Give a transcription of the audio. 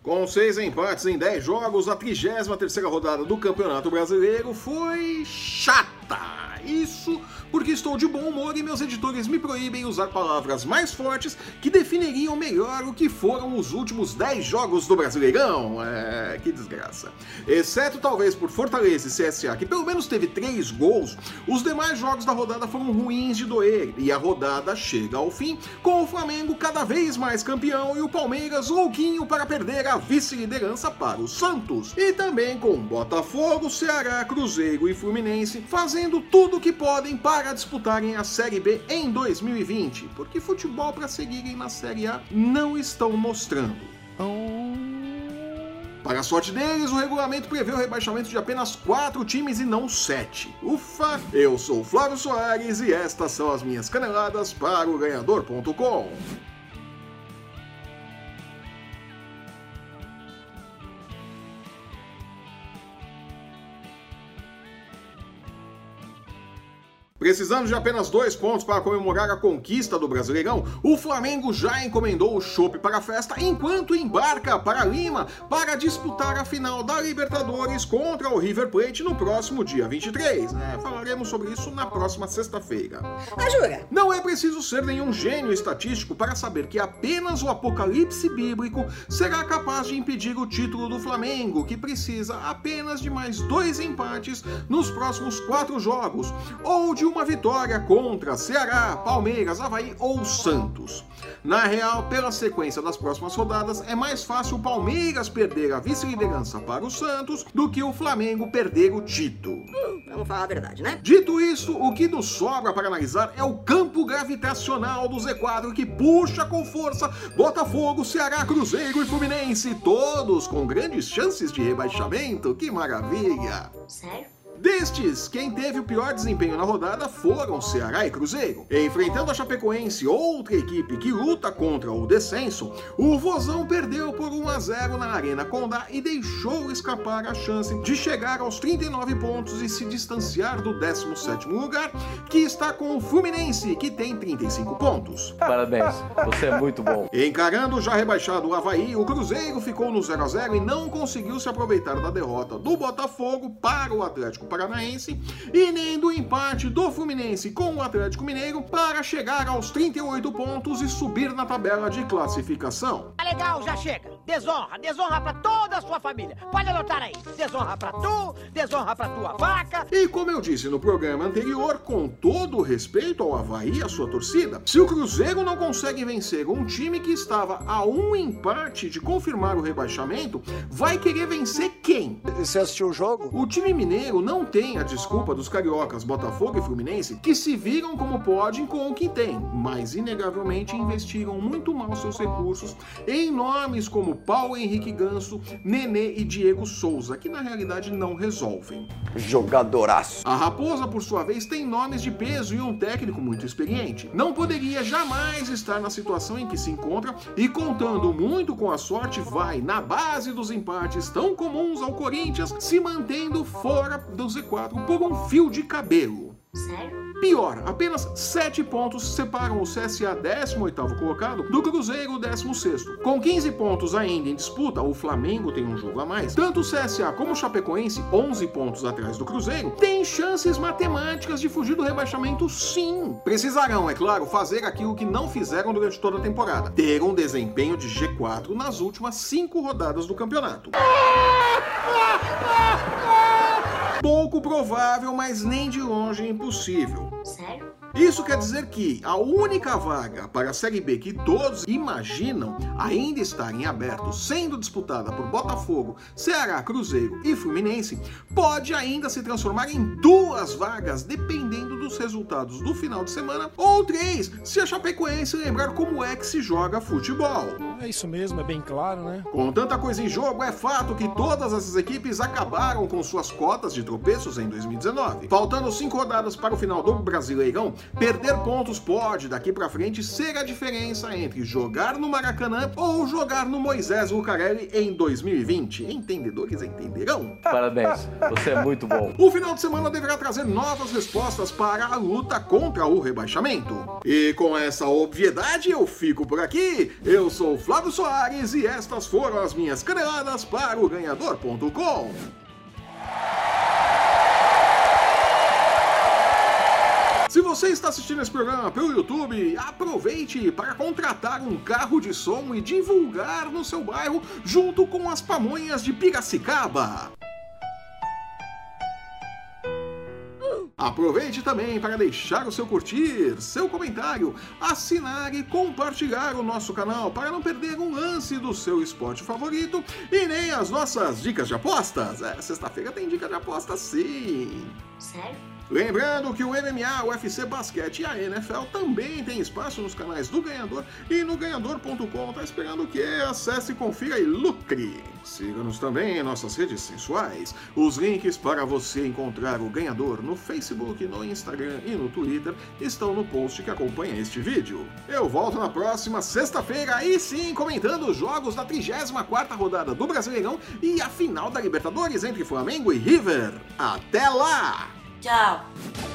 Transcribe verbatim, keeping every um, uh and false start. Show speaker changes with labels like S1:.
S1: Com seis empates em dez jogos, a trigésima terceira rodada do Campeonato Brasileiro foi chata. Isso porque estou de bom humor e meus editores me proíbem usar palavras mais fortes que definiriam melhor o que foram os últimos dez jogos do Brasileirão. É, que desgraça. Exceto talvez por Fortaleza e C S A, que pelo menos teve três gols, os demais jogos da rodada foram ruins de doer, e a rodada chega ao fim com o Flamengo cada vez mais campeão e o Palmeiras louquinho para perder a vice-liderança para o Santos. E também com Botafogo, Ceará, Cruzeiro e Fluminense fazendo tudo o que podem para disputarem a Série B em dois mil e vinte, porque futebol para seguirem na Série A não estão mostrando. Para a sorte deles, o regulamento prevê o rebaixamento de apenas quatro times e não sete. Ufa! Eu sou o Flávio Soares e estas são as minhas caneladas para o ganhador ponto com. Precisando de apenas dois pontos para comemorar a conquista do Brasileirão, o Flamengo já encomendou o chopp para a festa enquanto embarca para Lima para disputar a final da Libertadores contra o River Plate no próximo dia vinte e três. É, falaremos sobre isso na próxima sexta-feira.
S2: Ah, jura?
S1: Não é preciso ser nenhum gênio estatístico para saber que apenas o apocalipse bíblico será capaz de impedir o título do Flamengo, que precisa apenas de mais dois empates nos próximos quatro jogos, ou de uma vitória contra Ceará, Palmeiras, Avaí ou Santos. Na real, pela sequência das próximas rodadas, é mais fácil o Palmeiras perder a vice-liderança para o Santos do que o Flamengo perder o título.
S2: Hum, vamos falar a verdade, né?
S1: Dito isso, o que nos sobra para analisar é o campo gravitacional do Z quatro que puxa com força Botafogo, Ceará, Cruzeiro e Fluminense, todos com grandes chances de rebaixamento. Que maravilha!
S2: Sério?
S1: Destes, quem teve o pior desempenho na rodada foram Ceará e Cruzeiro. Enfrentando a Chapecoense, outra equipe que luta contra o descenso, o Vozão perdeu por um a zero na Arena Condá e deixou escapar a chance de chegar aos trinta e nove pontos e se distanciar do décimo sétimo lugar, que está com o Fluminense, que tem trinta e cinco pontos.
S3: Parabéns, você é muito bom.
S1: Encarando o já rebaixado Avaí, o Cruzeiro ficou no zero a zero e não conseguiu se aproveitar da derrota do Botafogo para o Atlético Paranaense e nem do empate do Fluminense com o Atlético Mineiro para chegar aos trinta e oito pontos e subir na tabela de classificação.
S4: Tá legal, já chega. Desonra, desonra pra toda a sua família. Pode anotar aí. Desonra pra tu, desonra pra tua vaca.
S1: E como eu disse no programa anterior, com todo o respeito ao Avaí e à sua torcida, se o Cruzeiro não consegue vencer um time que estava a um empate de confirmar o rebaixamento, vai querer vencer quem?
S5: Você assistiu o jogo?
S1: O time mineiro não tem a desculpa dos cariocas Botafogo e Fluminense, que se viram como podem com o que tem, mas inegavelmente investiram muito mal seus recursos em nomes como Paulo Henrique Ganso, Nenê e Diego Souza, que na realidade não resolvem.
S5: Jogadoraço.
S1: A Raposa, por sua vez, tem nomes de peso e um técnico muito experiente. Não poderia jamais estar na situação em que se encontra e, contando muito com a sorte, vai, na base dos empates tão comuns ao Corinthians, se mantendo fora do Z quatro por um fio de cabelo.
S2: Sério?
S1: Pior, apenas sete pontos separam o C S A décimo oitavo colocado do Cruzeiro décimo sexto. Com quinze pontos ainda em disputa, o Flamengo tem um jogo a mais. Tanto o C S A como o Chapecoense, onze pontos atrás do Cruzeiro, têm chances matemáticas de fugir do rebaixamento sim. Precisarão, é claro, fazer aquilo que não fizeram durante toda a temporada: ter um desempenho de G quatro nas últimas cinco rodadas do campeonato. Pouco provável, mas nem de longe impossível.
S2: Sério?
S1: Isso quer dizer que a única vaga para a Série B que todos imaginam ainda estar em aberto, sendo disputada por Botafogo, Ceará, Cruzeiro e Fluminense, pode ainda se transformar em duas vagas, dependendo dos resultados do final de semana, ou três, se a Chapecoense lembrar como é que se joga futebol.
S6: É isso mesmo, é bem claro, né?
S1: Com tanta coisa em jogo, é fato que todas essas equipes acabaram com suas cotas de tropeços em dois mil e dezenove. Faltando cinco rodadas para o final do Brasileirão, Perder pontos pode, daqui pra frente, ser a diferença entre jogar no Maracanã ou jogar no Moisés Lucarelli em dois mil e vinte. Entendedores entenderão?
S3: Parabéns, você é muito bom.
S1: O final de semana deverá trazer novas respostas para a luta contra o rebaixamento. E com essa obviedade eu fico por aqui. Eu sou Flávio Soares e estas foram as minhas caneladas para o ganhador ponto com. Se você está assistindo esse programa pelo YouTube, aproveite para contratar um carro de som e divulgar no seu bairro junto com as pamonhas de Piracicaba. Aproveite também para deixar o seu curtir, seu comentário, assinar e compartilhar o nosso canal para não perder um lance do seu esporte favorito e nem as nossas dicas de apostas. É, sexta-feira tem dica de apostas sim.
S2: Sério?
S1: Lembrando que o M M A, o U F C Basquete e a N F L também tem espaço nos canais do Ganhador e no ganhador ponto com. Tá esperando o quê? Acesse, confira e lucre! Siga-nos também em nossas redes sensuais. Os links para você encontrar o Ganhador no Facebook, no Instagram e no Twitter estão no post que acompanha este vídeo. Eu volto na próxima sexta-feira, aí sim, comentando os jogos da trigésima quarta rodada do Brasileirão e a final da Libertadores entre Flamengo e River. Até lá!
S2: Tchau.